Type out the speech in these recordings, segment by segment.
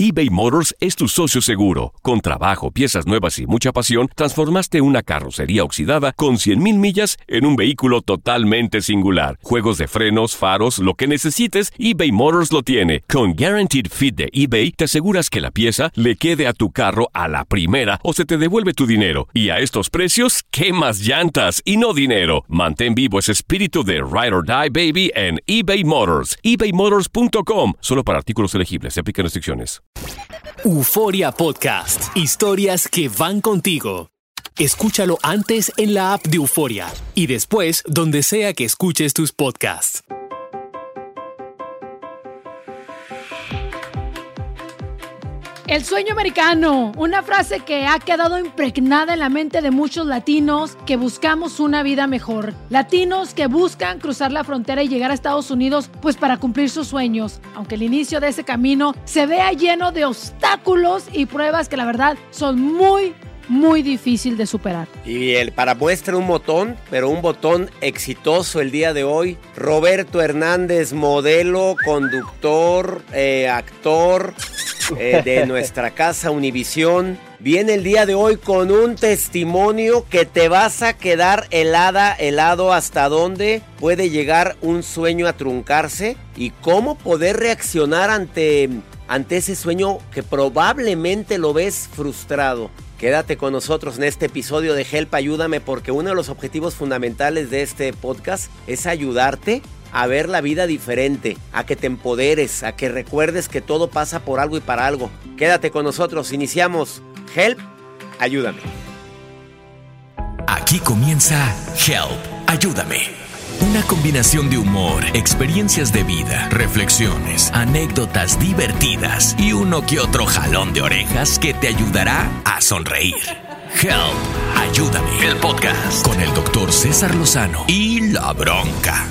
eBay Motors es tu socio seguro. Con trabajo, piezas nuevas y mucha pasión, transformaste una carrocería oxidada con 100,000 millas en un vehículo totalmente singular. Juegos de frenos, faros, lo que necesites, eBay Motors lo tiene. Con Guaranteed Fit de eBay, te aseguras que la pieza le quede a tu carro a la primera o se te devuelve tu dinero. Y a estos precios, ¿qué más llantas y no dinero? Mantén vivo ese espíritu de Ride or Die, baby, en eBay Motors. ebaymotors.com. Solo para artículos elegibles. Se aplican restricciones. Euforia Podcast. Historias que van contigo. Escúchalo antes en la app de Euforia y después donde sea que escuches tus podcasts. El sueño americano, una frase que ha quedado impregnada en la mente de muchos latinos que buscamos una vida mejor. Latinos que buscan cruzar la frontera y llegar a Estados Unidos pues para cumplir sus sueños. Aunque el inicio de ese camino se vea lleno de obstáculos y pruebas que la verdad son muy difícil de superar. Y para muestra un botón, pero un botón exitoso el día de hoy. Roberto Hernández, modelo, conductor, actor de nuestra casa Univisión, viene el día de hoy con un testimonio que te vas a quedar helado hasta dónde puede llegar un sueño a truncarse y cómo poder reaccionar ante ese sueño que probablemente lo ves frustrado. Quédate con nosotros en este episodio de Help, Ayúdame, porque uno de los objetivos fundamentales de este podcast es ayudarte a ver la vida diferente, a que te empoderes, a que recuerdes que todo pasa por algo y para algo. Quédate con nosotros, iniciamos Help, Ayúdame. Aquí comienza Help, Ayúdame. Una combinación de humor, experiencias de vida, reflexiones, anécdotas divertidas y uno que otro jalón de orejas que te ayudará a sonreír. Help, Ayúdame, el podcast con el Dr. César Lozano y La Bronca.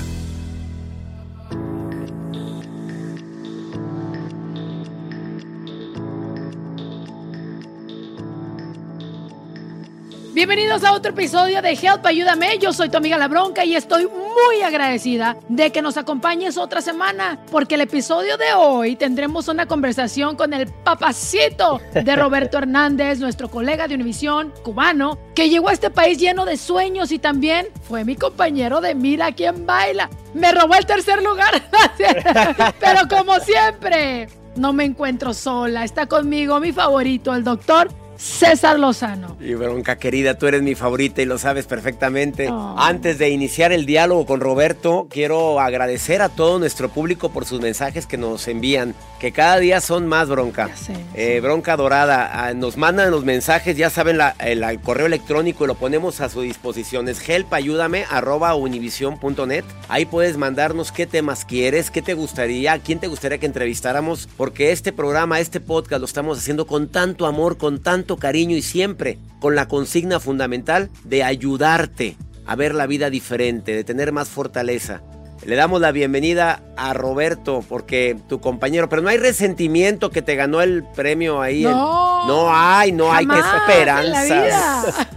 Bienvenidos a otro episodio de Help, Ayúdame. Yo soy tu amiga La Bronca y estoy muy agradecida de que nos acompañes otra semana, porque el episodio de hoy tendremos una conversación con el papacito de Roberto Hernández, nuestro colega de Univisión, cubano, que llegó a este país lleno de sueños y también fue mi compañero de Mira Quién Baila. Me robó el tercer lugar, pero como siempre, no me encuentro sola. Está conmigo mi favorito, el doctor César Lozano. Y Bronca querida, tú eres mi favorita y lo sabes perfectamente. Oh. Antes de iniciar el diálogo con Roberto, quiero agradecer a todo nuestro público por sus mensajes que nos envían, que cada día son más, Bronca. Ya sé. Bronca Dorada, nos mandan los mensajes, ya saben, el correo electrónico y lo ponemos a su disposición. Es helpayúdame@univision.net. Ahí puedes mandarnos qué temas quieres, qué te gustaría, a quién te gustaría que entrevistáramos, porque este programa, este podcast lo estamos haciendo con tanto amor, con tanto cariño y siempre con la consigna fundamental de ayudarte a ver la vida diferente, de tener más fortaleza. Le damos la bienvenida a Roberto, porque tu compañero, pero no hay resentimiento que te ganó el premio ahí. No hay, qué esperanzas.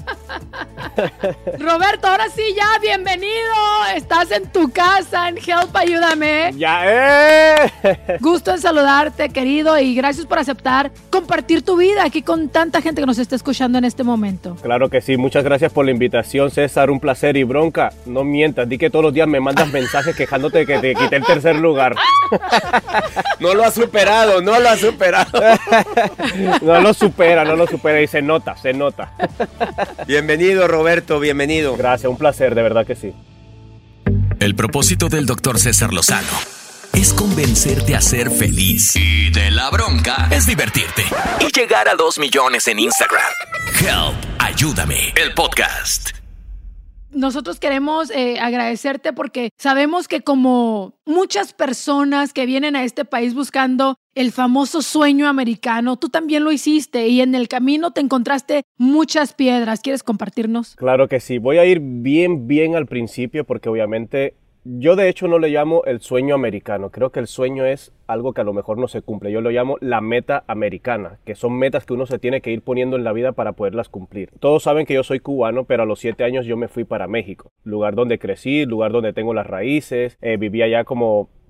Roberto, ahora sí ya, bienvenido. Estás en tu casa en Help, Ayúdame. Gusto en saludarte, querido, y gracias por aceptar compartir tu vida aquí con tanta gente que nos está escuchando en este momento. Claro que sí, muchas gracias por la invitación, César, un placer. Y Bronca, no mientas, di que todos los días me mandas mensajes quejándote de que te quité el tercer lugar. No lo ha superado. No lo supera y se nota. Bienvenido, Roberto, bienvenido. Gracias, un placer, de verdad que sí. El propósito del Dr. César Lozano es convencerte a ser feliz. Y de La Bronca es divertirte y llegar a 2 millones en Instagram. Help, Ayúdame, el podcast. Nosotros queremos agradecerte porque sabemos que como muchas personas que vienen a este país buscando el famoso sueño americano, tú también lo hiciste y en el camino te encontraste muchas piedras. ¿Quieres compartirnos? Claro que sí, voy a ir bien al principio porque obviamente yo de hecho no le llamo el sueño americano, creo que el sueño es algo que a lo mejor no se cumple, yo lo llamo la meta americana, que son metas que uno se tiene que ir poniendo en la vida para poderlas cumplir. Todos saben que yo soy cubano, pero a los 7 años yo me fui para México, lugar donde crecí, lugar donde tengo las raíces, viví allá como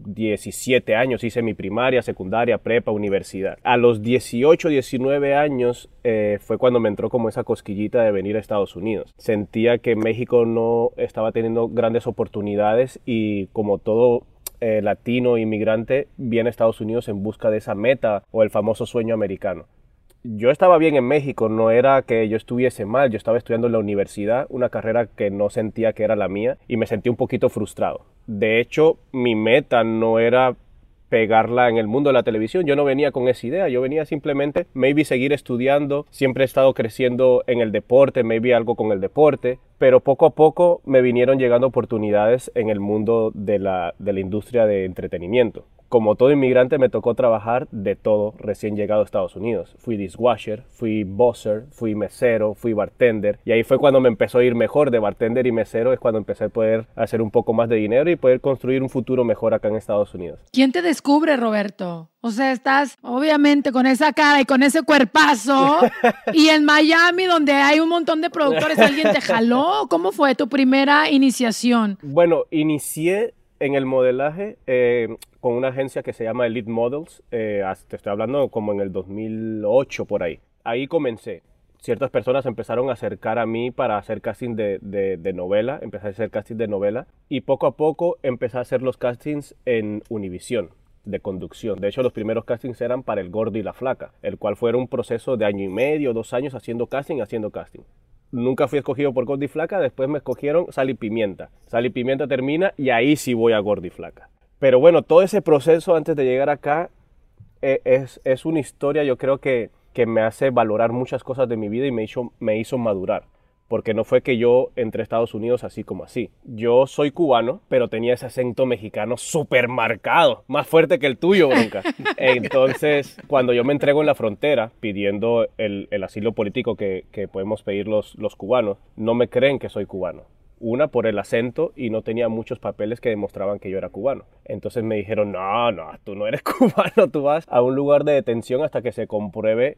17 años hice mi primaria, secundaria, prepa, universidad. A los 18, 19 años fue cuando me entró como esa cosquillita de venir a Estados Unidos. Sentía que México no estaba teniendo grandes oportunidades y como todo latino inmigrante viene a Estados Unidos en busca de esa meta o el famoso sueño americano. Yo estaba bien en México, no era que yo estuviese mal, yo estaba estudiando en la universidad, una carrera que no sentía que era la mía y me sentí un poquito frustrado. De hecho, mi meta no era pegarla en el mundo de la televisión, yo no venía con esa idea, yo venía simplemente, maybe seguir estudiando, siempre he estado creciendo en el deporte, maybe algo con el deporte, pero poco a poco me vinieron llegando oportunidades en el mundo de la industria de entretenimiento. Como todo inmigrante me tocó trabajar de todo recién llegado a Estados Unidos. Fui dishwasher, fui buzzer, fui mesero, fui bartender. Y ahí fue cuando me empezó a ir mejor de bartender y mesero. Es cuando empecé a poder hacer un poco más de dinero y poder construir un futuro mejor acá en Estados Unidos. ¿Quién te descubre, Roberto? O sea, estás obviamente con esa cara y con ese cuerpazo y en Miami donde hay un montón de productores, ¿alguien te jaló? ¿Cómo fue tu primera iniciación? Bueno, inicié en el modelaje con una agencia que se llama Elite Models, te estoy hablando como en el 2008 por ahí. Ahí comencé. Ciertas personas empezaron a acercar a mí para hacer casting de novela, empecé a hacer casting de novela y poco a poco empecé a hacer los castings en Univisión de conducción. De hecho, los primeros castings eran para El Gordo y la Flaca, el cual fue un proceso de 1.5 2 años haciendo casting. Nunca fui escogido por Gordo y Flaca, después me escogieron Sal y Pimienta. Sal y Pimienta termina y ahí sí voy a Gordo y Flaca. Pero bueno, todo ese proceso antes de llegar acá es una historia, yo creo que me hace valorar muchas cosas de mi vida y me hizo madurar. Porque no fue que yo entré a Estados Unidos así como así. Yo soy cubano, pero tenía ese acento mexicano súper marcado, más fuerte que el tuyo, Bronca. Entonces, cuando yo me entrego en la frontera pidiendo el asilo político que podemos pedir los cubanos, no me creen que soy cubano. Una, por el acento, y no tenía muchos papeles que demostraban que yo era cubano. Entonces me dijeron, no, tú no eres cubano, tú vas a un lugar de detención hasta que se compruebe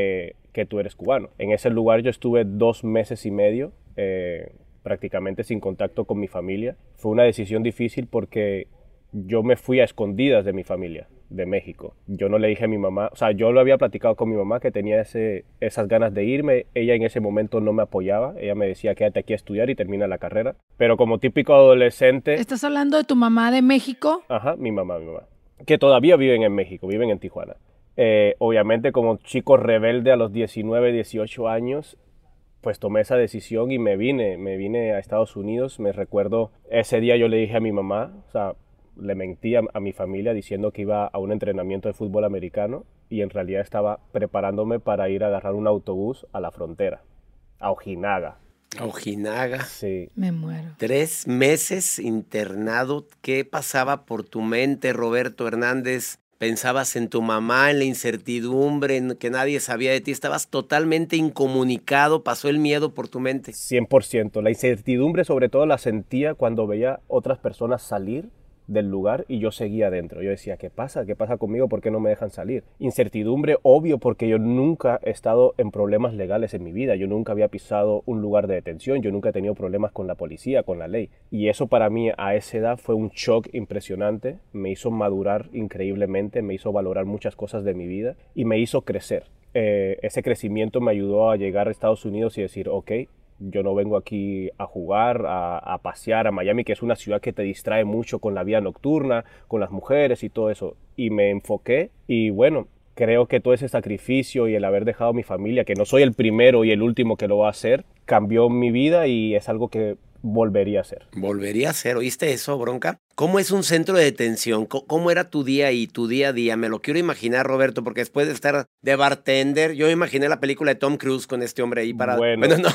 que tú eres cubano. En ese lugar yo estuve 2 meses y medio, prácticamente sin contacto con mi familia. Fue una decisión difícil porque yo me fui a escondidas de mi familia, de México. Yo no le dije a mi mamá, o sea, yo lo había platicado con mi mamá que tenía esas ganas de irme. Ella en ese momento no me apoyaba. Ella me decía, quédate aquí a estudiar y termina la carrera. Pero como típico adolescente... ¿Estás hablando de tu mamá de México? Ajá, mi mamá. Que todavía viven en México, viven en Tijuana. Obviamente como chico rebelde a los 19, 18 años... pues tomé esa decisión y me vine a Estados Unidos. Me recuerdo, ese día yo le dije a mi mamá, o sea, le mentí a mi familia diciendo que iba a un entrenamiento de fútbol americano y en realidad estaba preparándome para ir a agarrar un autobús a la frontera, a Ojinaga. ¿A Ojinaga? Sí. Me muero. 3 meses internado. ¿Qué pasaba por tu mente, Roberto Hernández? ¿Pensabas en tu mamá, en la incertidumbre, en que nadie sabía de ti? ¿Estabas totalmente incomunicado? ¿Pasó el miedo por tu mente? 100%. La incertidumbre sobre todo la sentía cuando veía otras personas salir del lugar y yo seguía adentro. Yo decía, ¿qué pasa? ¿Qué pasa conmigo? ¿Por qué no me dejan salir? Incertidumbre, obvio, porque yo nunca he estado en problemas legales en mi vida. Yo nunca había pisado un lugar de detención. Yo nunca he tenido problemas con la policía, con la ley. Y eso para mí a esa edad fue un shock impresionante. Me hizo madurar increíblemente, me hizo valorar muchas cosas de mi vida y me hizo crecer. Ese crecimiento me ayudó a llegar a Estados Unidos y decir, ok, yo no vengo aquí a jugar, a pasear a Miami, que es una ciudad que te distrae mucho con la vida nocturna, con las mujeres y todo eso. Y me enfoqué y bueno, creo que todo ese sacrificio y el haber dejado a mi familia, que no soy el primero y el último que lo va a hacer, cambió mi vida y es algo que volvería a hacer. Volvería a ser, ¿oíste eso, Bronca? ¿Cómo es un centro de detención? ¿Cómo era tu día y tu día a día? Me lo quiero imaginar, Roberto, porque después de estar de bartender, yo imaginé la película de Tom Cruise con este hombre ahí parado. Bueno no.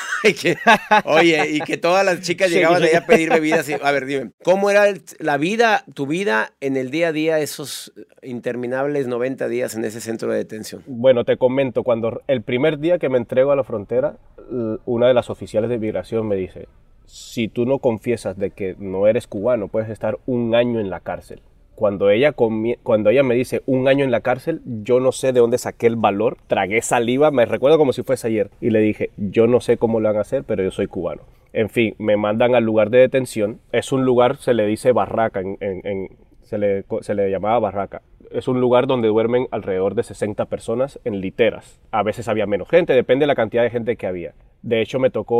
Oye, y que todas las chicas llegaban ahí a pedir bebidas. A ver, dime, ¿cómo era la vida, tu vida en el día a día, esos interminables 90 días en ese centro de detención? Bueno, te comento, cuando el primer día que me entrego a la frontera, una de las oficiales de migración me dice, si tú no confiesas de que no eres cubano, puedes estar 1 año en la cárcel. Cuando ella me dice 1 año en la cárcel, yo no sé de dónde saqué el valor, tragué saliva, me recuerdo como si fuese ayer, y le dije, yo no sé cómo lo van a hacer, pero yo soy cubano. En fin, me mandan al lugar de detención, es un lugar, se le dice barraca, se le llamaba barraca. Es un lugar donde duermen alrededor de 60 personas en literas. A veces había menos gente, depende de la cantidad de gente que había. De hecho,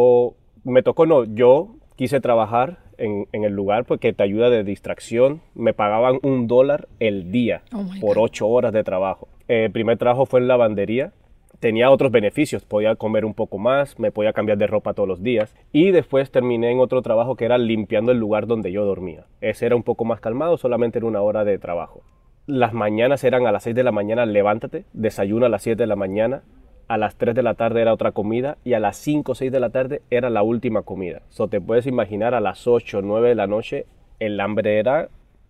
yo quise trabajar en el lugar porque te ayuda de distracción. Me pagaban $1 el día por 8 horas de trabajo. El primer trabajo fue en lavandería. Tenía otros beneficios, podía comer un poco más, me podía cambiar de ropa todos los días. Y después terminé en otro trabajo que era limpiando el lugar donde yo dormía. Ese era un poco más calmado, solamente era 1 hora de trabajo. Las mañanas eran a las 6 de la mañana, levántate, desayuna a las 7 de la mañana, a las 3 de la tarde era otra comida y a las 5 o 6 de la tarde era la última comida. Te puedes imaginar a las 8 o 9 de la noche el hambre era,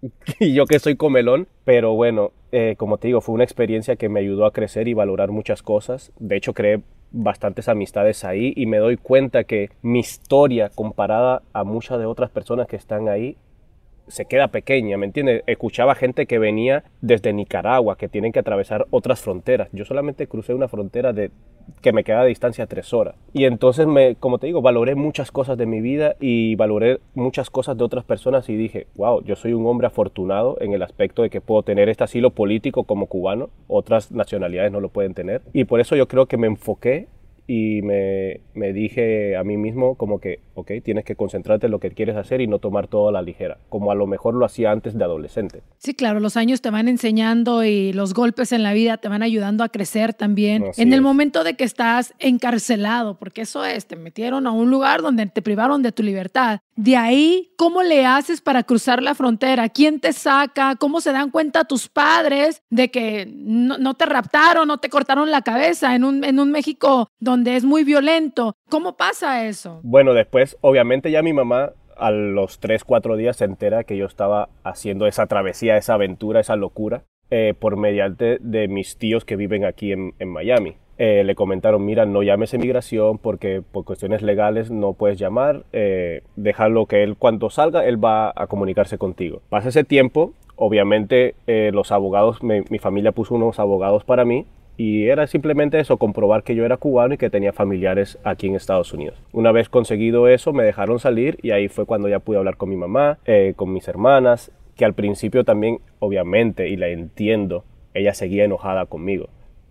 y yo que soy comelón, pero bueno, como te digo, fue una experiencia que me ayudó a crecer y valorar muchas cosas. De hecho, creé bastantes amistades ahí y me doy cuenta que mi historia comparada a muchas de otras personas que están ahí se queda pequeña, ¿me entiendes? Escuchaba gente que venía desde Nicaragua, que tienen que atravesar otras fronteras. Yo solamente crucé una frontera que me queda de distancia 3 horas. Y entonces, como te digo, valoré muchas cosas de mi vida y valoré muchas cosas de otras personas y dije, wow, yo soy un hombre afortunado en el aspecto de que puedo tener este asilo político como cubano. Otras nacionalidades no lo pueden tener. Y por eso yo creo que me enfoqué y me dije a mí mismo como que, ok, tienes que concentrarte en lo que quieres hacer y no tomar todo a la ligera, como a lo mejor lo hacía antes de adolescente. Sí, claro, los años te van enseñando y los golpes en la vida te van ayudando a crecer también. En el momento de que estás encarcelado, porque eso es, te metieron a un lugar donde te privaron de tu libertad. De ahí, ¿cómo le haces para cruzar la frontera? ¿Quién te saca? ¿Cómo se dan cuenta tus padres de que no te raptaron, no te cortaron la cabeza en un México donde es muy violento? ¿Cómo pasa eso? Bueno, después, obviamente ya mi mamá a los 3-4 días se entera que yo estaba haciendo esa travesía, esa aventura, esa locura, por mediante de mis tíos que viven aquí en Miami. Le comentaron, mira, no llames a inmigración porque por cuestiones legales no puedes llamar, déjalo que él cuando salga, él va a comunicarse contigo. Pasa ese tiempo, obviamente los abogados, mi familia puso unos abogados para mí y era simplemente eso, comprobar que yo era cubano y que tenía familiares aquí en Estados Unidos. Una vez conseguido eso, me dejaron salir y ahí fue cuando ya pude hablar con mi mamá, con mis hermanas, que al principio también, obviamente, y la entiendo, ella seguía enojada conmigo.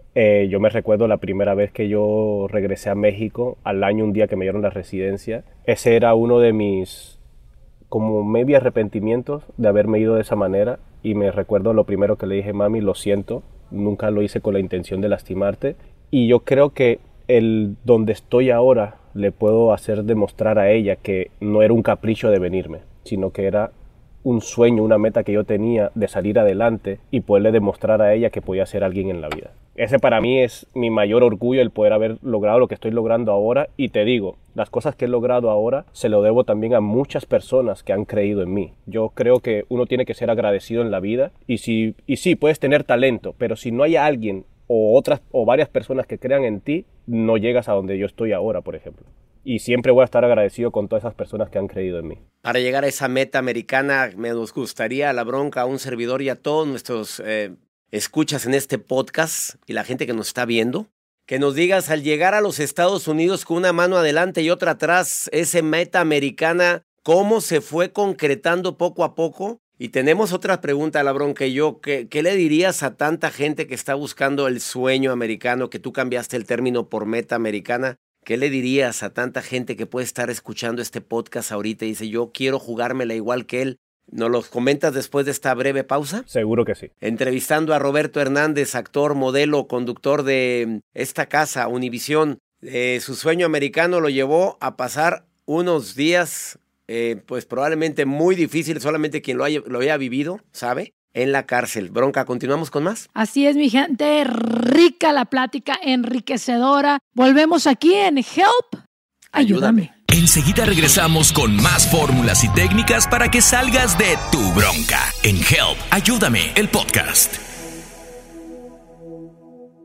Yo me recuerdo la primera vez que yo regresé a México, al año, un día que me dieron la residencia. Ese era uno de mis, como maybe arrepentimientos de haberme ido de esa manera. Y me recuerdo lo primero que le dije, mami, lo siento, nunca lo hice con la intención de lastimarte. Y yo creo que donde estoy ahora le puedo hacer demostrar a ella que no era un capricho de venirme, sino que era un sueño, una meta que yo tenía de salir adelante y poderle demostrar a ella que podía ser alguien en la vida. Ese para mí es mi mayor orgullo, el poder haber logrado lo que estoy logrando ahora. Y te digo, las cosas que he logrado ahora se lo debo también a muchas personas que han creído en mí. Yo creo que uno tiene que ser agradecido en la vida y sí, puedes tener talento, pero si no hay alguien o varias personas que crean en ti, no llegas a donde yo estoy ahora, por ejemplo. Y siempre voy a estar agradecido con todas esas personas que han creído en mí. Para llegar a esa meta americana, nos gustaría a La Bronca, a un servidor y a todos nuestros escuchas en este podcast y la gente que nos está viendo, que nos digas al llegar a los Estados Unidos con una mano adelante y otra atrás, esa meta americana, ¿cómo se fue concretando poco a poco? Y tenemos otra pregunta, La Bronca y yo, ¿qué le dirías a tanta gente que está buscando el sueño americano, que tú cambiaste el término por meta americana? ¿Qué le dirías a tanta gente que puede estar escuchando este podcast ahorita y dice, yo quiero jugármela igual que él? ¿Nos los comentas después de esta breve pausa? Seguro que sí. Entrevistando a Roberto Hernández, actor, modelo, conductor de esta casa, Univisión. Su sueño americano lo llevó a pasar unos días, pues probablemente muy difíciles, solamente quien lo haya vivido, sabe, en la cárcel. Bronca, ¿continuamos con más? Así es, mi gente, rica la plática, enriquecedora. Volvemos aquí en Help, Ayúdame. Enseguida regresamos con más fórmulas y técnicas para que salgas de tu bronca en Help, Ayúdame, el podcast.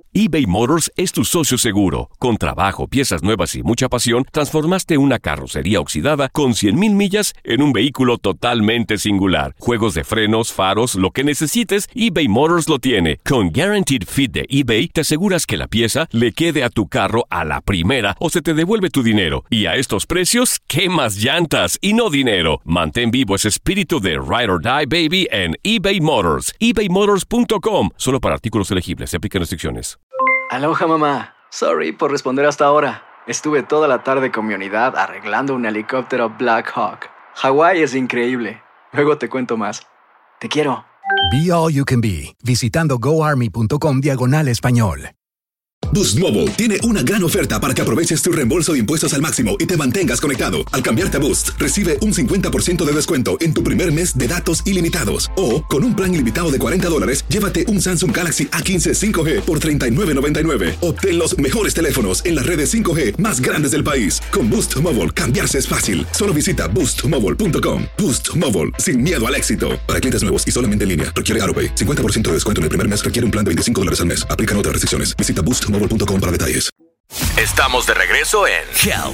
eBay Motors es tu socio seguro. Con trabajo, piezas nuevas y mucha pasión, transformaste una carrocería oxidada con 100,000 millas en un vehículo totalmente singular. Juegos de frenos, faros, lo que necesites, eBay Motors lo tiene. Con Guaranteed Fit de eBay, te aseguras que la pieza le quede a tu carro a la primera o se te devuelve tu dinero. Y a estos precios, ¿qué más llantas y no dinero? Mantén vivo ese espíritu de Ride or Die, baby, en eBay Motors. ebaymotors.com. Solo para artículos elegibles. Se aplican restricciones. Aloha, mamá. Sorry por responder hasta ahora. Estuve toda la tarde con mi unidad arreglando un helicóptero Black Hawk. Hawái es increíble. Luego te cuento más. Te quiero. Be All You Can Be, visitando goarmy.com/español. Boost Mobile tiene una gran oferta para que aproveches tu reembolso de impuestos al máximo y te mantengas conectado. Al cambiarte a Boost, recibe un 50% de descuento en tu primer mes de datos ilimitados. O, con un plan ilimitado de $40, llévate un Samsung Galaxy A15 5G por $39.99. Obtén los mejores teléfonos en las redes 5G más grandes del país. Con Boost Mobile, cambiarse es fácil. Solo visita boostmobile.com. Boost Mobile, sin miedo al éxito. Para clientes nuevos y solamente en línea, requiere AutoPay. 50% de descuento en el primer mes requiere un plan de $25 al mes. Aplican otras restricciones. Visita boostmobile.com para detalles. Estamos de regreso en Help.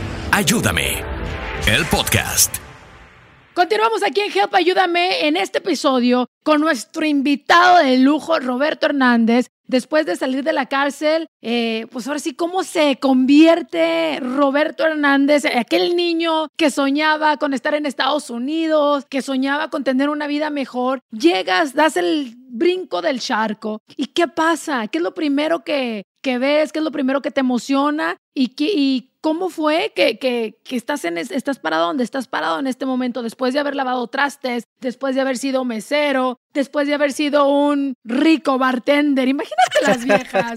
Ayúdame. El podcast. Continuamos aquí en Help, Ayúdame, en este episodio con nuestro invitado de lujo, Roberto Hernández. Después de salir de la cárcel, pues ahora sí, ¿cómo se convierte Roberto Hernández, aquel niño que soñaba con estar en Estados Unidos, que soñaba con tener una vida mejor? Llegas, das el brinco del charco. ¿Y qué pasa? ¿Qué es lo primero que ves? ¿Qué es lo primero que te emociona? ¿Y cómo fue que estás parado donde estás parado en este momento, después de haber lavado trastes, después de haber sido mesero, después de haber sido un rico bartender? Imagínate las viejas.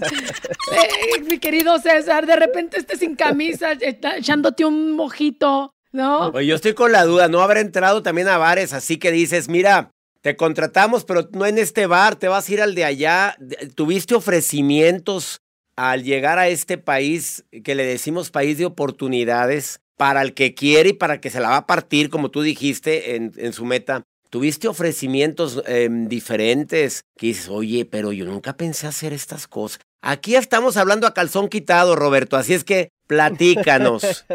Mi querido César, de repente estés sin camisa, echándote un mojito, ¿no? Oye, yo estoy con la duda, ¿no habrá entrado también a bares así que dices, mira, te contratamos, pero no en este bar, te vas a ir al de allá? ¿Tuviste ofrecimientos al llegar a este país que le decimos país de oportunidades para el que quiere y para el que se la va a partir, como tú dijiste en su meta? ¿Tuviste ofrecimientos diferentes que dices, oye, pero yo nunca pensé hacer estas cosas? Aquí ya estamos hablando a calzón quitado, Roberto, así es que platícanos.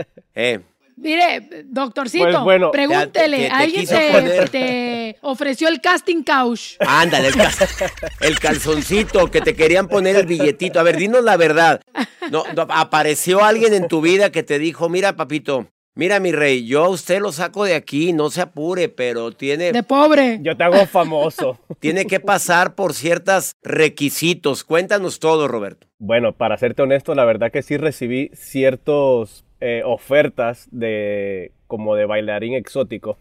Mire, doctorcito, pues bueno, pregúntele, ¿alguien te ofreció el casting couch? Ándale, el calzoncito, que te querían poner el billetito. A ver, dinos la verdad. No, ¿apareció alguien en tu vida que te dijo, mira, papito, mira, mi rey, yo a usted lo saco de aquí, no se apure, pero tiene... De pobre. Yo te hago famoso. Tiene que pasar por ciertos requisitos. Cuéntanos todo, Roberto. Bueno, para serte honesto, la verdad que sí recibí ciertos ofertas como de bailarín exótico.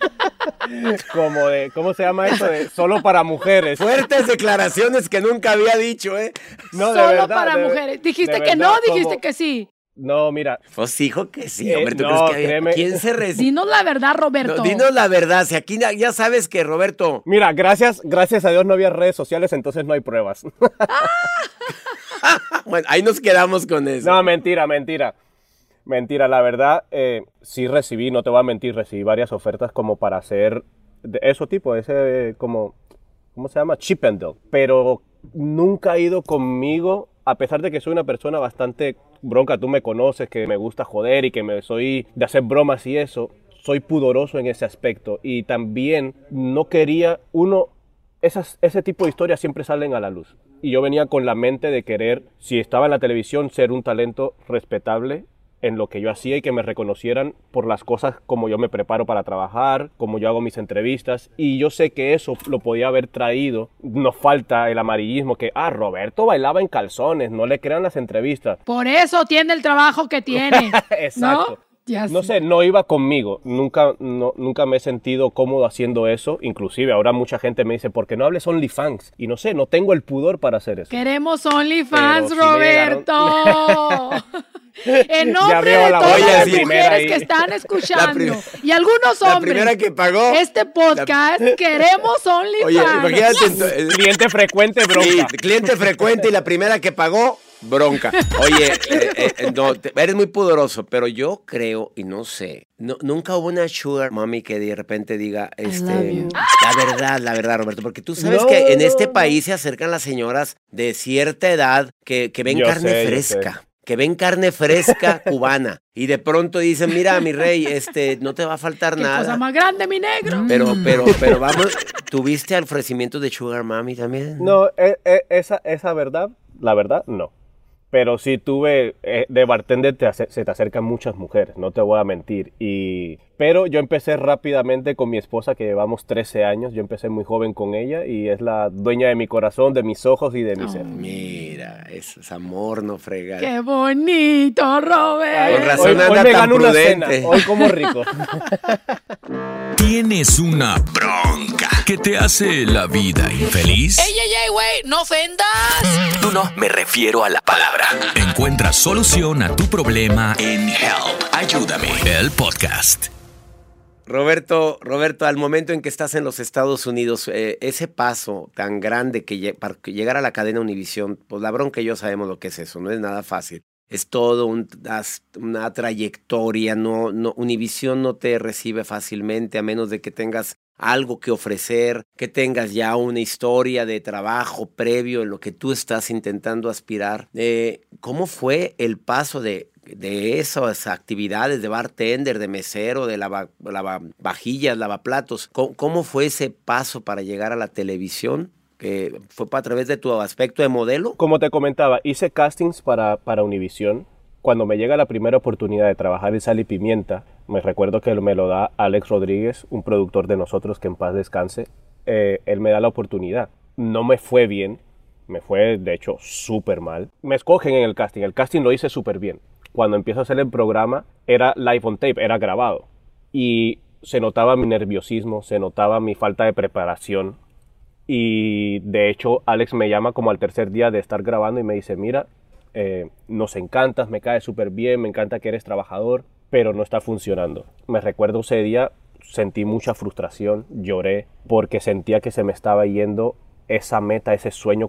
Como de, ¿cómo se llama eso? De solo para mujeres. Fuertes declaraciones que nunca había dicho, ¿eh? No, solo de verdad, para mujeres. ¿Dijiste que no? ¿Dijiste que sí? No, mira. Pues dijo que sí, hombre. ¿Tú no, crees que créeme. ¿Quién se recibe? Dinos la verdad, Roberto. No, dinos la verdad. Si aquí ya sabes que, Roberto... Mira, gracias a Dios no había redes sociales, entonces no hay pruebas. Bueno, ahí nos quedamos con eso. No, mentira. Mentira, la verdad, sí recibí, no te voy a mentir, recibí varias ofertas como para hacer de eso tipo, ese como, ¿cómo se llama? Chip and Dale. Pero nunca ha ido conmigo, a pesar de que soy una persona bastante bronca, tú me conoces, que me gusta joder y que soy de hacer bromas y eso, soy pudoroso en ese aspecto. Y también no quería, ese tipo de historias siempre salen a la luz. Y yo venía con la mente de querer, si estaba en la televisión, ser un talento respetable en lo que yo hacía y que me reconocieran por las cosas como yo me preparo para trabajar, como yo hago mis entrevistas. Y yo sé que eso lo podía haber traído. Nos falta el amarillismo que, Roberto bailaba en calzones, no le crean las entrevistas. Por eso tiene el trabajo que tiene. Exacto. ¿No? Ya No sé. sé, no iba conmigo, nunca me he sentido cómodo haciendo eso, inclusive ahora mucha gente me dice, ¿por qué no hables OnlyFans? Y no sé, no tengo el pudor para hacer eso. Queremos OnlyFans, Pero sí Roberto. En nombre de la todas olla las de mujeres ahí. que están escuchando y algunos hombres, La primera que pagó. este podcast, queremos OnlyFans. Oye, imagínate. Cliente frecuente, bronca. Sí, cliente frecuente y la primera que pagó Bronca. Oye, no, eres muy pudoroso, pero yo creo, y no sé, nunca hubo una sugar mommy que de repente diga, la verdad, Roberto, porque tú sabes que en este país se acercan las señoras de cierta edad que ven carne fresca. Que ven carne fresca cubana y de pronto dicen, mira, mi rey, no te va a faltar nada. Cosa más grande, mi negro. Pero vamos, ¿tuviste ofrecimiento de sugar mommy también? No, esa verdad, la verdad, no. Pero sí tuve, de bartender se te acercan muchas mujeres, no te voy a mentir. Pero yo empecé rápidamente con mi esposa, que llevamos 13 años. Yo empecé muy joven con ella y es la dueña de mi corazón, de mis ojos y de mi ser. Mira, eso es amor, no fregar. ¡Qué bonito, Robert! Con razón hoy anda me tan gano prudente. una cena, hoy como rico. ¿Tienes una bronca que te hace la vida infeliz? ¡Ey, güey! ¡No ofendas! No, me refiero a la palabra. Encuentra solución a tu problema en Help. Ayúdame. El podcast. Roberto, al momento en que estás en los Estados Unidos, ese paso tan grande para llegar a la cadena Univisión, pues la bronca y yo sabemos lo que es eso, no es nada fácil. Es todo una trayectoria, Univisión no te recibe fácilmente a menos de que tengas algo que ofrecer, que tengas ya una historia de trabajo previo en lo que tú estás intentando aspirar. ¿Cómo fue el paso de esas actividades de bartender, de mesero, de lavavajillas, lavaplatos? ¿Cómo fue ese paso para llegar a la televisión? ¿Que fue a través de tu aspecto de modelo? Como te comentaba, hice castings para Univisión. Cuando me llega la primera oportunidad de trabajar en Sal y Pimienta, me recuerdo que me lo da Alex Rodríguez, un productor de nosotros, que en paz descanse. Él me da la oportunidad. No me fue bien, me fue de hecho súper mal. Me escogen en el casting lo hice súper bien. Cuando empiezo a hacer el programa, era live on tape, era grabado. Y se notaba mi nerviosismo, se notaba mi falta de preparación. Y de hecho, Alex me llama como al tercer día de estar grabando y me dice, mira, nos encantas, me caes súper bien, me encanta que eres trabajador, pero no está funcionando. Me recuerdo ese día, sentí mucha frustración, lloré, porque sentía que se me estaba yendo esa meta, ese sueño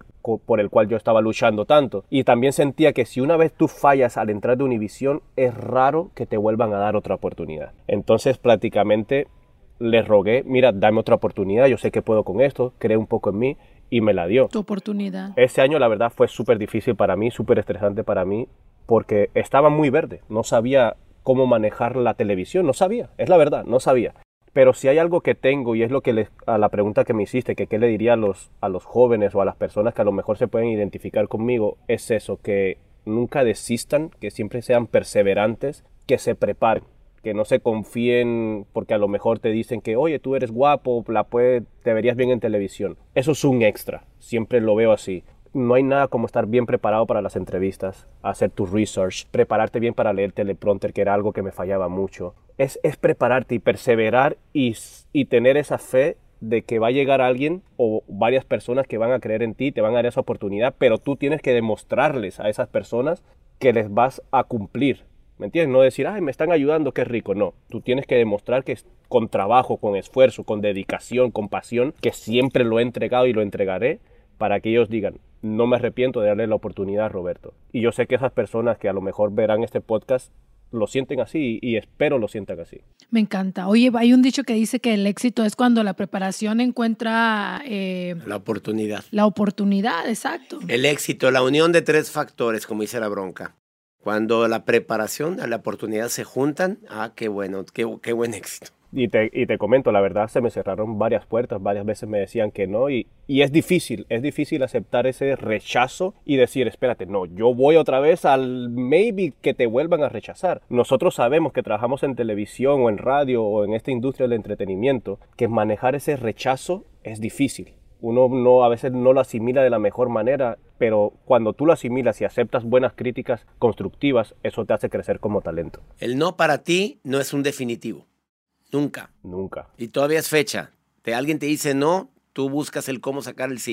por el cual yo estaba luchando tanto. Y también sentía que si una vez tú fallas al entrar de Univisión, es raro que te vuelvan a dar otra oportunidad. Entonces prácticamente le rogué, mira, dame otra oportunidad, yo sé que puedo con esto, creé un poco en mí y me la dio. Tu oportunidad. Ese año la verdad fue súper difícil para mí, súper estresante para mí, porque estaba muy verde, no sabía cómo manejar la televisión, no sabía, es la verdad, no sabía. Pero si hay algo que tengo, y es lo que a la pregunta que me hiciste, que qué le diría a los jóvenes o a las personas que a lo mejor se pueden identificar conmigo, es eso, que nunca desistan, que siempre sean perseverantes, que se preparen, que no se confíen porque a lo mejor te dicen que, oye, tú eres guapo, te verías bien en televisión. Eso es un extra, siempre lo veo así. No hay nada como estar bien preparado para las entrevistas, hacer tu research, prepararte bien para leer teleprompter, que era algo que me fallaba mucho. Es prepararte y perseverar y tener esa fe de que va a llegar alguien o varias personas que van a creer en ti, te van a dar esa oportunidad, pero tú tienes que demostrarles a esas personas que les vas a cumplir. ¿Me entiendes? No decir, ay, me están ayudando, qué rico. No, tú tienes que demostrar que con trabajo, con esfuerzo, con dedicación, con pasión, que siempre lo he entregado y lo entregaré, para que ellos digan, no me arrepiento de darle la oportunidad a Roberto. Y yo sé que esas personas que a lo mejor verán este podcast lo sienten así y espero lo sientan así. Me encanta. Oye, hay un dicho que dice que el éxito es cuando la preparación encuentra... la oportunidad. La oportunidad, exacto. El éxito, la unión de tres factores, como dice la bronca. Cuando la preparación y la oportunidad se juntan, qué bueno, qué buen éxito. Y te comento, la verdad se me cerraron varias puertas, varias veces me decían que no y es difícil aceptar ese rechazo y decir, espérate, no, yo voy otra vez al maybe que te vuelvan a rechazar. Nosotros sabemos que trabajamos en televisión o en radio o en esta industria del entretenimiento, que manejar ese rechazo es difícil. Uno a veces no lo asimila de la mejor manera, pero cuando tú lo asimilas y aceptas buenas críticas constructivas, eso te hace crecer como talento. El no para ti no es un definitivo. Nunca. Nunca. Y todavía es fecha. Alguien te dice no, tú buscas el cómo sacar el sí.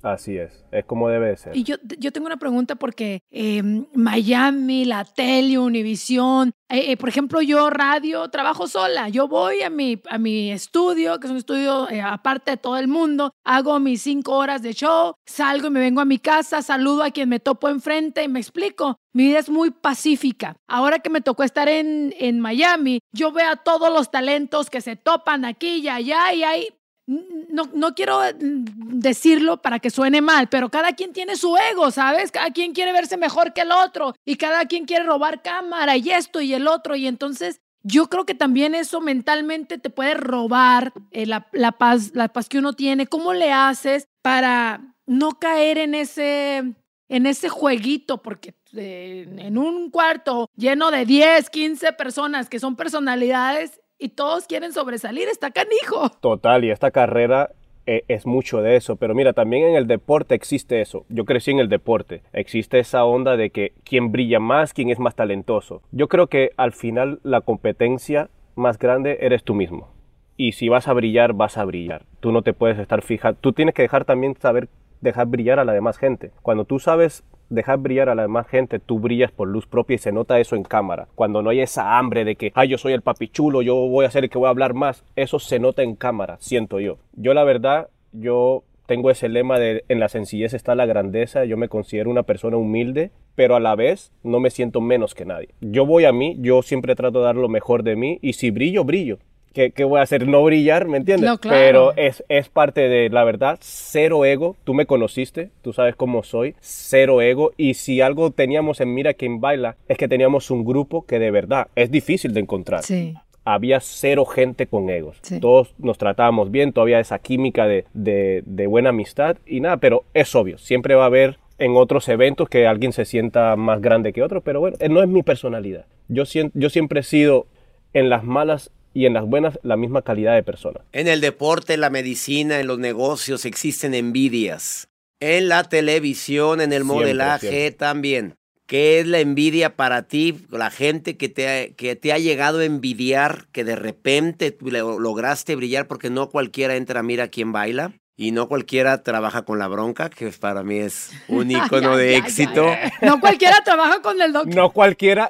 Así es como debe de ser. Y yo tengo una pregunta porque Miami, la tele, Univisión, por ejemplo, yo radio, trabajo sola. Yo voy a mi estudio, que es un estudio aparte de todo el mundo, hago mis 5 horas de show, salgo y me vengo a mi casa, saludo a quien me topo enfrente y me explico. Mi vida es muy pacífica. Ahora que me tocó estar en Miami, yo veo a todos los talentos que se topan aquí y allá y hay... No quiero decirlo para que suene mal, pero cada quien tiene su ego, ¿sabes? Cada quien quiere verse mejor que el otro y cada quien quiere robar cámara y esto y el otro. Y entonces yo creo que también eso mentalmente te puede robar la paz que uno tiene. ¿Cómo le haces para no caer en ese jueguito? Porque en un cuarto lleno de 10, 15 personas que son personalidades y todos quieren sobresalir, está canijo. Total, y esta carrera es mucho de eso, pero mira, también en el deporte existe eso. Yo crecí en el deporte, existe esa onda de que quién brilla más, quién es más talentoso. Yo creo que al final la competencia más grande eres tú mismo. Y si vas a brillar, vas a brillar. Tú no te puedes estar fijando, tú tienes que dejar brillar a la demás gente. Cuando tú sabes dejar brillar a la demás gente, tú brillas por luz propia y se nota eso en cámara. Cuando no hay esa hambre de que, yo soy el papichulo, yo voy a ser el que voy a hablar más, eso se nota en cámara, siento yo. Yo la verdad, yo tengo ese lema de en la sencillez está la grandeza. Yo me considero una persona humilde, pero a la vez no me siento menos que nadie. Yo voy a mí, yo siempre trato de dar lo mejor de mí y si brillo, brillo. ¿Qué voy a hacer? No brillar, ¿me entiendes? No, claro. Pero es parte de, la verdad, cero ego. Tú me conociste, tú sabes cómo soy, cero ego. Y si algo teníamos en Mira Quién Baila, es que teníamos un grupo que de verdad es difícil de encontrar. Sí. Había cero gente con egos. Sí. Todos nos tratábamos bien, todavía esa química de buena amistad y nada, pero es obvio, siempre va a haber en otros eventos que alguien se sienta más grande que otro, pero bueno, no es mi personalidad. Yo siempre he sido en las malas y en las buenas la misma calidad de persona. En el deporte, en la medicina, en los negocios existen envidias. En la televisión, en el modelaje siempre. También. ¿Qué es la envidia para ti? La gente que te ha llegado a envidiar, que de repente lograste brillar porque no cualquiera entra a Mira Quién Baila. Y no cualquiera trabaja con La Bronca, que para mí es un ícono de éxito. No cualquiera trabaja con el doctor. No cualquiera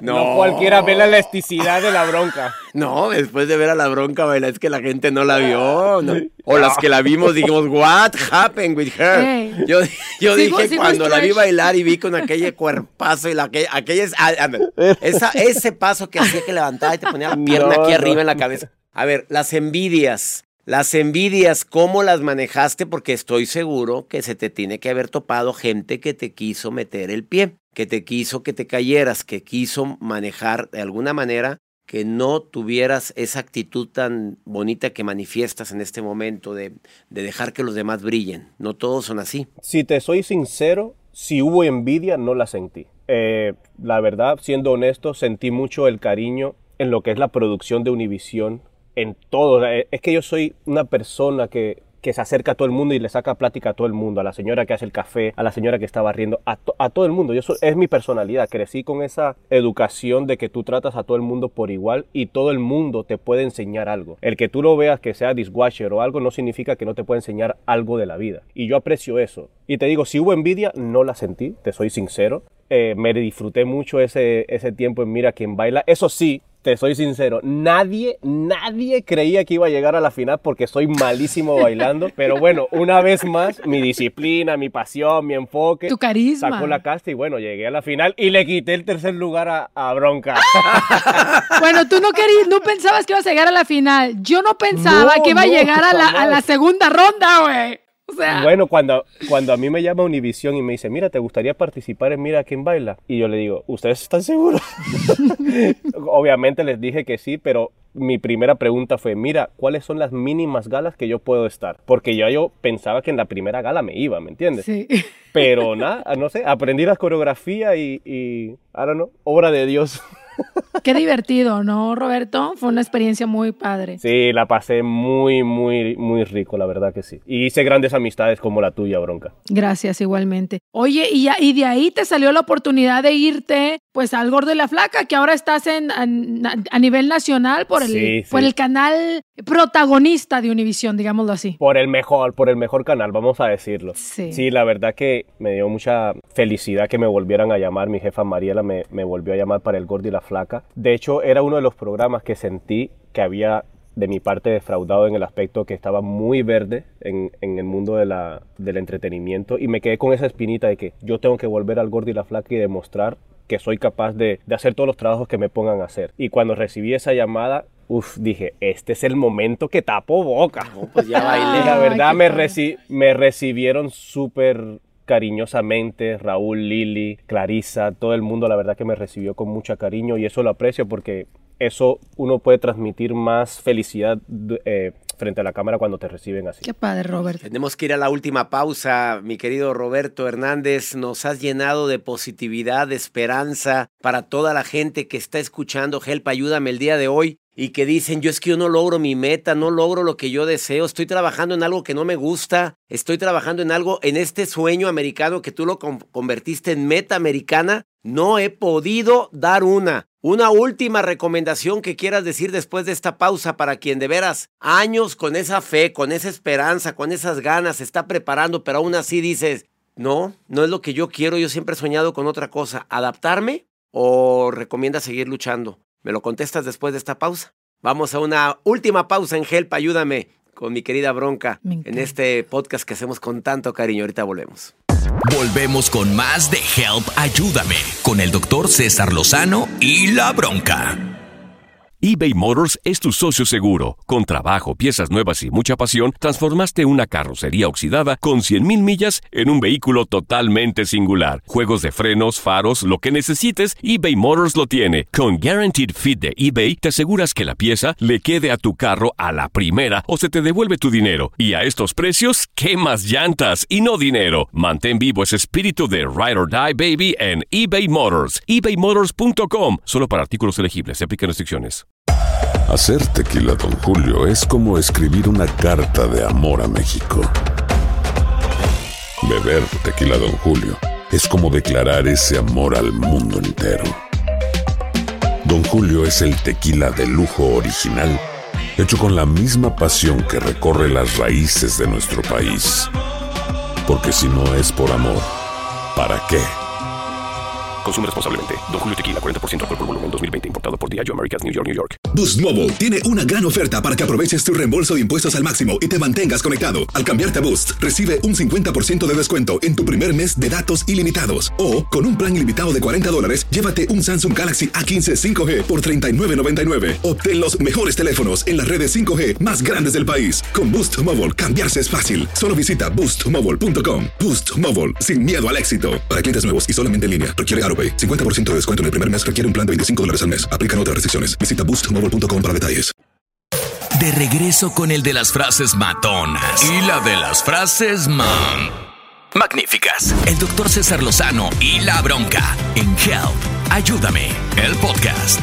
ve la elasticidad de La Bronca. No, después de ver a La Bronca bailar, es que la gente no la vio. No. O las que la vimos dijimos, what happened with her? Hey. Yo dije, cuando la vi bailar y vi con aquel cuerpazo y ese paso que hacía que levantaba y te ponía la pierna aquí arriba en la cabeza. A ver, las envidias, ¿cómo las manejaste? Porque estoy seguro que se te tiene que haber topado gente que te quiso meter el pie, que te quiso que te cayeras, que quiso manejar de alguna manera que no tuvieras esa actitud tan bonita que manifiestas en este momento de dejar que los demás brillen. No todos son así. Si te soy sincero, si hubo envidia, no la sentí. La verdad, siendo honesto, sentí mucho el cariño en lo que es la producción de Univisión. En todo, es que yo soy una persona que se acerca a todo el mundo y le saca plática a todo el mundo, a la señora que hace el café, a la señora que está barriendo, a todo el mundo. Es mi personalidad, crecí con esa educación de que tú tratas a todo el mundo por igual y todo el mundo te puede enseñar algo. El que tú lo veas que sea dishwasher o algo no significa que no te pueda enseñar algo de la vida. Y yo aprecio eso. Y te digo, si hubo envidia, no la sentí, te soy sincero. Me disfruté mucho ese tiempo en Mira Quién Baila. Eso sí, te soy sincero, nadie creía que iba a llegar a la final porque soy malísimo bailando. Pero bueno, una vez más, mi disciplina, mi pasión, mi enfoque. Tu carisma. Sacó la casta y bueno, llegué a la final y le quité el tercer lugar a Bronca. Bueno, tú no pensabas que ibas a llegar a la final. Yo no pensaba que iba a llegar a la segunda ronda, güey. O sea. Bueno, cuando a mí me llama Univisión y me dice, mira, ¿te gustaría participar en Mira Quién Baila? Y yo le digo, ¿ustedes están seguros? Obviamente les dije que sí, pero mi primera pregunta fue, mira, ¿cuáles son las mínimas galas que yo puedo estar? Porque yo pensaba que en la primera gala me iba, ¿me entiendes? Sí. Pero nada, no sé, aprendí la coreografía y I don't know, obra de Dios. Qué divertido, ¿no, Roberto? Fue una experiencia muy padre. Sí, la pasé muy, muy, muy rico, la verdad que sí. Y hice grandes amistades como la tuya, Bronca. Gracias, igualmente. Oye, y de ahí te salió la oportunidad de irte pues al Gordo y la Flaca, que ahora estás a nivel nacional por el canal protagonista de Univisión, digámoslo así. Por el mejor canal, vamos a decirlo. Sí, la verdad que me dio mucha felicidad que me volvieran a llamar. Mi jefa Mariela me volvió a llamar para el Gordo y la Flaca. De hecho, era uno de los programas que sentí que había de mi parte defraudado en el aspecto que estaba muy verde en el mundo del entretenimiento, y me quedé con esa espinita de que yo tengo que volver al Gordo y la Flaca y demostrar que soy capaz de hacer todos los trabajos que me pongan a hacer. Y cuando recibí esa llamada, dije, este es el momento que tapo boca. No, pues ya bailé. Y la verdad me recibieron súper cariñosamente. Raúl, Lili, Clarisa, todo el mundo la verdad que me recibió con mucho cariño, y eso lo aprecio porque eso uno puede transmitir más felicidad frente a la cámara cuando te reciben así. Qué padre, Robert. Tenemos que ir a la última pausa, mi querido Roberto Hernández. Nos has llenado de positividad, de esperanza para toda la gente que está escuchando Help, Ayúdame el día de hoy y que dicen, yo no logro mi meta, no logro lo que yo deseo, estoy trabajando en algo que no me gusta, estoy trabajando en algo, en este sueño americano que tú lo convertiste en meta americana, no he podido dar una última recomendación que quieras decir después de esta pausa para quien de veras años con esa fe, con esa esperanza, con esas ganas se está preparando, pero aún así dices, no es lo que yo quiero, yo siempre he soñado con otra cosa, ¿adaptarme o recomiendas seguir luchando? ¿Me lo contestas después de esta pausa? Vamos a una última pausa en Help, Ayúdame con mi querida Bronca en este podcast que hacemos con tanto cariño. Ahorita volvemos. Volvemos con más de Help, Ayúdame, con el Dr. César Lozano y La Bronca. eBay Motors es tu socio seguro. Con trabajo, piezas nuevas y mucha pasión, transformaste una carrocería oxidada con 100,000 millas en un vehículo totalmente singular. Juegos de frenos, faros, lo que necesites, eBay Motors lo tiene. Con Guaranteed Fit de eBay, te aseguras que la pieza le quede a tu carro a la primera o se te devuelve tu dinero. Y a estos precios, ¿qué más llantas y no dinero? Mantén vivo ese espíritu de Ride or Die, baby, en eBay Motors. ebaymotors.com. Solo para artículos elegibles. Se aplican restricciones. Hacer tequila Don Julio es como escribir una carta de amor a México. Beber tequila Don Julio es como declarar ese amor al mundo entero. Don Julio es el tequila de lujo original, hecho con la misma pasión que recorre las raíces de nuestro país. Porque si no es por amor, ¿para qué? Consume responsablemente. Don Julio Tequila, 40% alcohol por volumen, 2020. Importado por Diageo Americas, New York, New York. Boost Mobile tiene una gran oferta para que aproveches tu reembolso de impuestos al máximo y te mantengas conectado. Al cambiarte a Boost, recibe un 50% de descuento en tu primer mes de datos ilimitados. O, con un plan ilimitado de $40, llévate un Samsung Galaxy A15 5G por $39.99. Obtén los mejores teléfonos en las redes 5G más grandes del país. Con Boost Mobile, cambiarse es fácil. Solo visita boostmobile.com. Boost Mobile, sin miedo al éxito. Para clientes nuevos y solamente en línea, requiere AroPay. 50% de descuento en el primer mes, requiere un plan de $25 al mes. Aplican otras restricciones. Visita boostmobile.com para detalles. De regreso con el de las frases matonas y la de las frases magníficas. El Dr. César Lozano y La Bronca en Help, Ayúdame, el podcast.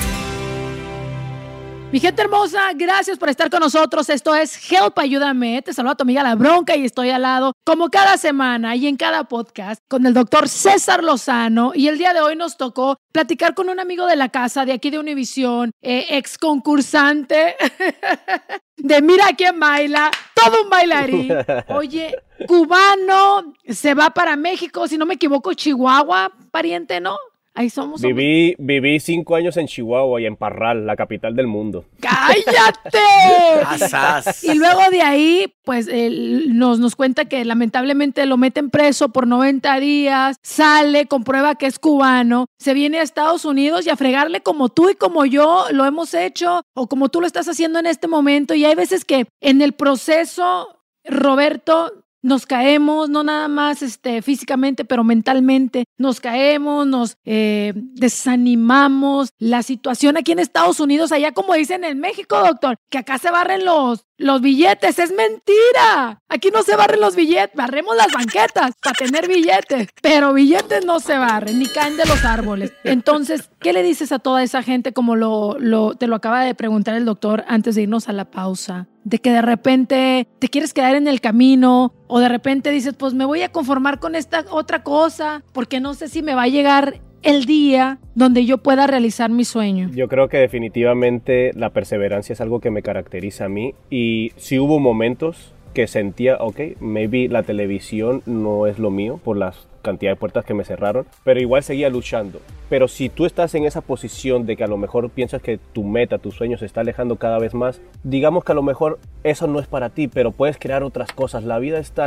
Mi gente hermosa, gracias por estar con nosotros. Esto es Help, Ayúdame. Te saluda tu amiga La Bronca y estoy al lado, como cada semana y en cada podcast, con el doctor César Lozano. Y el día de hoy nos tocó platicar con un amigo de la casa, de aquí de Univisión, ex concursante de Mira Quién Baila, todo un bailarín. Oye, cubano, se va para México, si no me equivoco, Chihuahua, pariente, ¿no? Ahí somos. Viví 5 años en Chihuahua y en Parral, la capital del mundo. ¡Cállate! Y luego de ahí, pues, nos cuenta que lamentablemente lo meten preso por 90 días, sale, comprueba que es cubano, se viene a Estados Unidos y a fregarle como tú y como yo lo hemos hecho, o como tú lo estás haciendo en este momento. Y hay veces que en el proceso, Roberto, nos caemos, no nada más físicamente, pero mentalmente. Nos caemos, nos desanimamos. La situación aquí en Estados Unidos, allá como dicen en México, doctor, que acá se barren los billetes. ¡Es mentira! Aquí no se barren los billetes. Barremos las banquetas para tener billetes. Pero billetes no se barren, ni caen de los árboles. Entonces, ¿qué le dices a toda esa gente como te lo acaba de preguntar el doctor antes de irnos a la pausa? De que de repente te quieres quedar en el camino o de repente dices, pues me voy a conformar con esta otra cosa porque no sé si me va a llegar el día donde yo pueda realizar mi sueño? Yo creo que definitivamente la perseverancia es algo que me caracteriza a mí, y sí hubo momentos que sentía, maybe la televisión no es lo mío por las cantidad de puertas que me cerraron, pero igual seguía luchando. Pero si tú estás en esa posición de que a lo mejor piensas que tu meta, tu sueño se está alejando cada vez más, digamos que a lo mejor eso no es para ti, pero puedes crear otras cosas. La vida está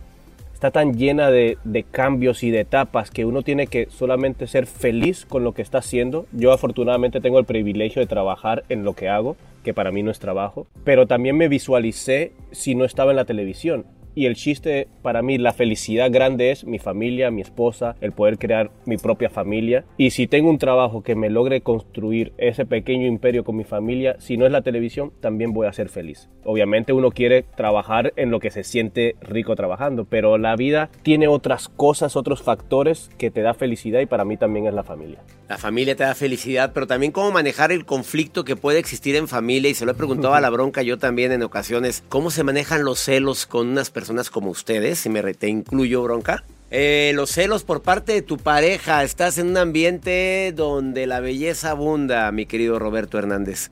tan llena de cambios y de etapas que uno tiene que solamente ser feliz con lo que está haciendo. Yo afortunadamente tengo el privilegio de trabajar en lo que hago, que para mí no es trabajo, pero también me visualicé si no estaba en la televisión. Y el chiste para mí, la felicidad grande es mi familia, mi esposa, el poder crear mi propia familia. Y si tengo un trabajo que me logre construir ese pequeño imperio con mi familia, si no es la televisión, también voy a ser feliz. Obviamente uno quiere trabajar en lo que se siente rico trabajando, pero la vida tiene otras cosas, otros factores que te da felicidad, y para mí también es la familia. La familia te da felicidad, pero también cómo manejar el conflicto que puede existir en familia, y se lo he preguntado a La Bronca yo también en ocasiones, ¿cómo se manejan los celos con unas personas como ustedes? Si te incluyo, Bronca. Los celos por parte de tu pareja. Estás en un ambiente donde la belleza abunda, mi querido Roberto Hernández.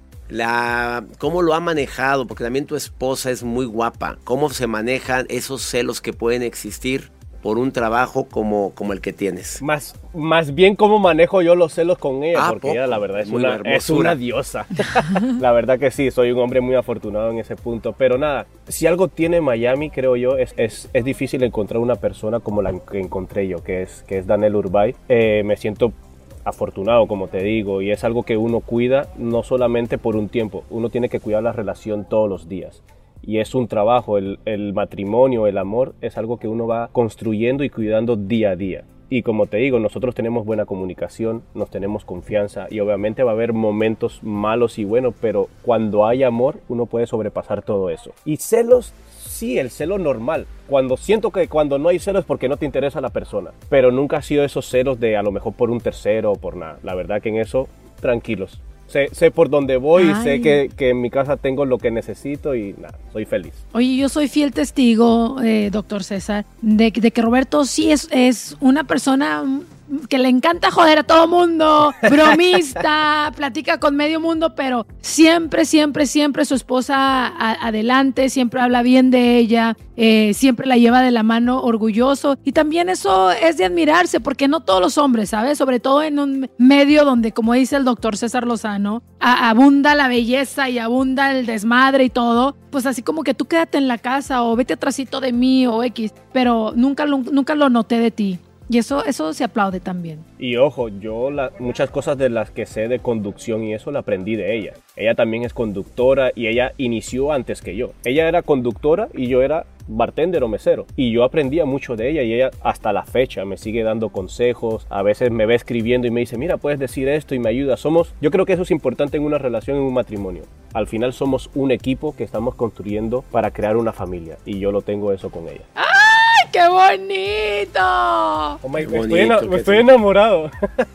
¿Cómo lo ha manejado? Porque también tu esposa es muy guapa. ¿Cómo se manejan esos celos que pueden existir por un trabajo como el que tienes? Más bien cómo manejo yo los celos con ella, porque ella la verdad es una diosa. La verdad que sí, soy un hombre muy afortunado en ese punto. Pero nada, si algo tiene Miami, creo yo, es difícil encontrar una persona como la que encontré yo, que es Danel Urbay. Me siento afortunado, como te digo, y es algo que uno cuida no solamente por un tiempo, uno tiene que cuidar la relación todos los días. Y es un trabajo, el matrimonio, el amor, es algo que uno va construyendo y cuidando día a día. Y como te digo, nosotros tenemos buena comunicación, nos tenemos confianza, y obviamente va a haber momentos malos y buenos, pero cuando hay amor, uno puede sobrepasar todo eso. Y celos, sí, el celo normal. Siento que cuando no hay celos es porque no te interesa la persona, pero nunca ha sido esos celos de a lo mejor por un tercero o por nada. La verdad que en eso, tranquilos. Sé por dónde voy. Y sé que en mi casa tengo lo que necesito y nada, soy feliz. Oye, yo soy fiel testigo, doctor César, de que Roberto sí es una persona que le encanta joder a todo mundo, bromista, platica con medio mundo, pero siempre su esposa adelante, siempre habla bien de ella, siempre la lleva de la mano orgulloso, y también eso es de admirarse, porque no todos los hombres, ¿sabes? Sobre todo en un medio donde, como dice el doctor César Lozano, abunda la belleza y abunda el desmadre y todo, pues así como que tú quédate en la casa o vete atrásito de mí o X, pero nunca lo noté de ti. Y eso se aplaude también. Y ojo, yo muchas cosas de las que sé de conducción y eso la aprendí de ella. Ella también es conductora y ella inició antes que yo. Ella era conductora y yo era bartender o mesero. Y yo aprendía mucho de ella, y ella hasta la fecha me sigue dando consejos. A veces me ve escribiendo y me dice, mira, puedes decir esto, y me ayuda. Yo creo que eso es importante en una relación, en un matrimonio. Al final somos un equipo que estamos construyendo para crear una familia, y yo lo tengo eso con ella. ¡Qué bonito! Oh my, me estoy enamorado.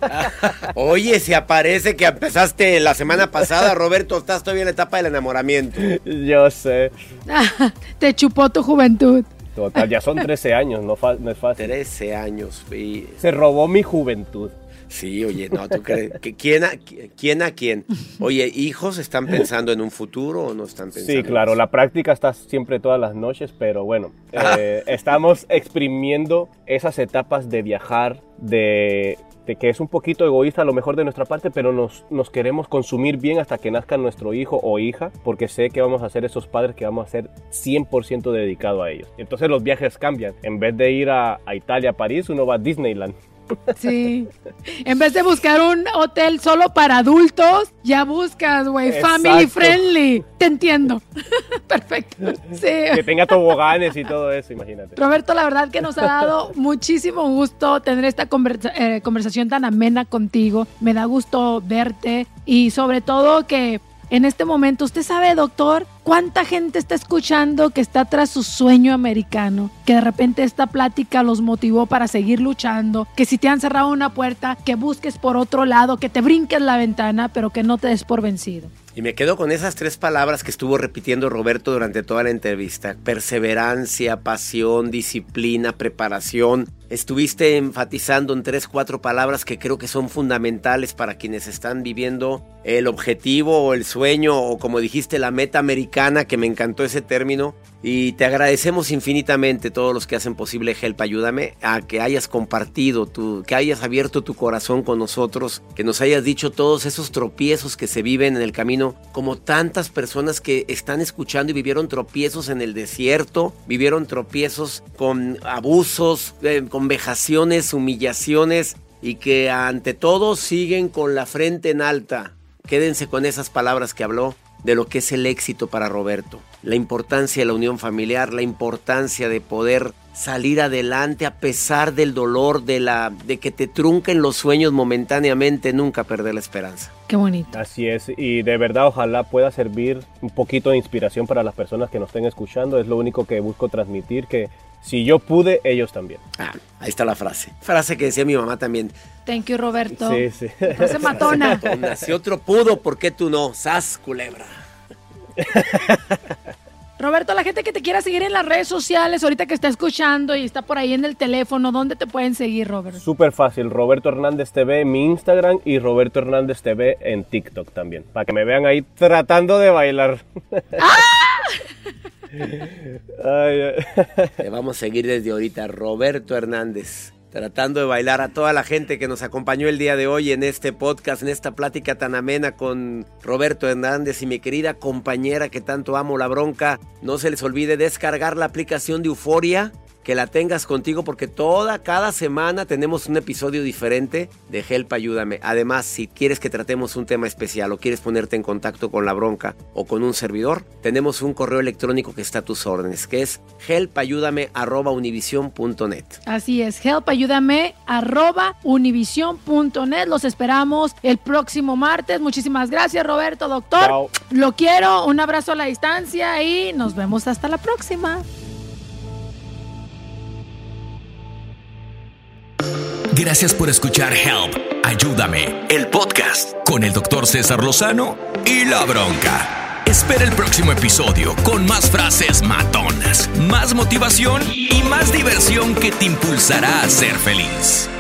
Oye, si aparece que empezaste la semana pasada, Roberto, estás todavía en la etapa del enamoramiento. Yo sé. Te chupó tu juventud. Total, ya son 13 años, no es fácil. 13 años. Se robó mi juventud. Sí, oye, no, ¿tú crees? ¿Quién a quién? Oye, ¿hijos están pensando en un futuro o no están pensando? Sí, claro, la práctica está siempre todas las noches, pero bueno, estamos exprimiendo esas etapas de viajar, de que es un poquito egoísta a lo mejor de nuestra parte, pero nos queremos consumir bien hasta que nazca nuestro hijo o hija, porque sé que vamos a ser esos padres que vamos a ser 100% dedicados a ellos. Entonces los viajes cambian. En vez de ir a Italia, a París, uno va a Disneyland. Sí. En vez de buscar un hotel solo para adultos, ya buscas, güey, family friendly. Te entiendo. Perfecto. Sí. Que tenga toboganes y todo eso, imagínate. Roberto, la verdad que nos ha dado muchísimo gusto tener esta conversación tan amena contigo. Me da gusto verte, y sobre todo que en este momento, usted sabe, doctor, cuánta gente está escuchando que está tras su sueño americano, que de repente esta plática los motivó para seguir luchando, que si te han cerrado una puerta, que busques por otro lado, que te brinques la ventana, pero que no te des por vencido. Y me quedo con esas 3 palabras que estuvo repitiendo Roberto durante toda la entrevista: perseverancia, pasión, disciplina, preparación. estuviste enfatizando en 3-4 palabras que creo que son fundamentales para quienes están viviendo el objetivo o el sueño o como dijiste la meta americana, que me encantó ese término, y te agradecemos infinitamente todos los que hacen posible Help Ayúdame a que hayas compartido, que hayas abierto tu corazón con nosotros, que nos hayas dicho todos esos tropiezos que se viven en el camino, como tantas personas que están escuchando y vivieron tropiezos en el desierto, vivieron tropiezos con abusos, con vejaciones, humillaciones, y que ante todo siguen con la frente en alta. Quédense con esas palabras que habló de lo que es el éxito para Roberto, la importancia de la unión familiar, la importancia de poder salir adelante a pesar del dolor, de que te trunquen los sueños momentáneamente, nunca perder la esperanza. Qué bonito. Así es, y de verdad ojalá pueda servir un poquito de inspiración para las personas que nos estén escuchando. Es lo único que busco transmitir, que si yo pude, ellos también. Ahí está la frase que decía mi mamá también. Thank you, Roberto. Sí. Frase matona. Si otro pudo, ¿por qué tú no? ¡Sas, culebra! Roberto, la gente que te quiera seguir en las redes sociales, ahorita que está escuchando y está por ahí en el teléfono, ¿dónde te pueden seguir, Roberto? Súper fácil, Roberto Hernández TV en mi Instagram y Roberto Hernández TV en TikTok también, para que me vean ahí tratando de bailar. Te vamos a seguir desde ahorita, Roberto Hernández, tratando de bailar. A toda la gente que nos acompañó el día de hoy en este podcast, en esta plática tan amena con Roberto Hernández y mi querida compañera que tanto amo, La Bronca. No se les olvide descargar la aplicación de Euforia, que la tengas contigo porque cada semana tenemos un episodio diferente de Help Ayúdame. Además, si quieres que tratemos un tema especial o quieres ponerte en contacto con La Bronca o con un servidor, tenemos un correo electrónico que está a tus órdenes, que es helpayudame@univision.net. Así es, helpayudame@univision.net. Los esperamos el próximo martes. Muchísimas gracias, Roberto, doctor. Chao. Lo quiero, un abrazo a la distancia y nos vemos hasta la próxima. Gracias por escuchar Help, Ayúdame, el podcast con el Dr. César Lozano y La Bronca. Espera el próximo episodio con más frases matonas, más motivación y más diversión que te impulsará a ser feliz.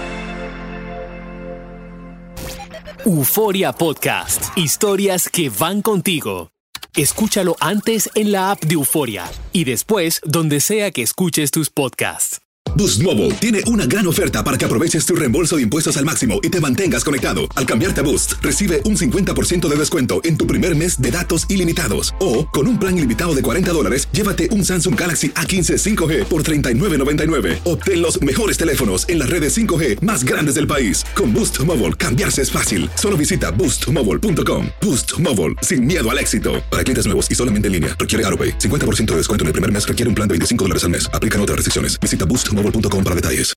Euforia Podcast, historias que van contigo. Escúchalo antes en la app de Euforia y después donde sea que escuches tus podcasts. Boost Mobile tiene una gran oferta para que aproveches tu reembolso de impuestos al máximo y te mantengas conectado. Al cambiarte a Boost, recibe un 50% de descuento en tu primer mes de datos ilimitados. O, con un plan ilimitado de $40, llévate un Samsung Galaxy A15 5G por $39.99. Obtén los mejores teléfonos en las redes 5G más grandes del país. Con Boost Mobile, cambiarse es fácil. Solo visita boostmobile.com. Boost Mobile, sin miedo al éxito. Para clientes nuevos y solamente en línea, requiere AutoPay. 50% de descuento en el primer mes, requiere un plan de $25 al mes. Aplican otras restricciones. Visita boostmobile.com para detalles.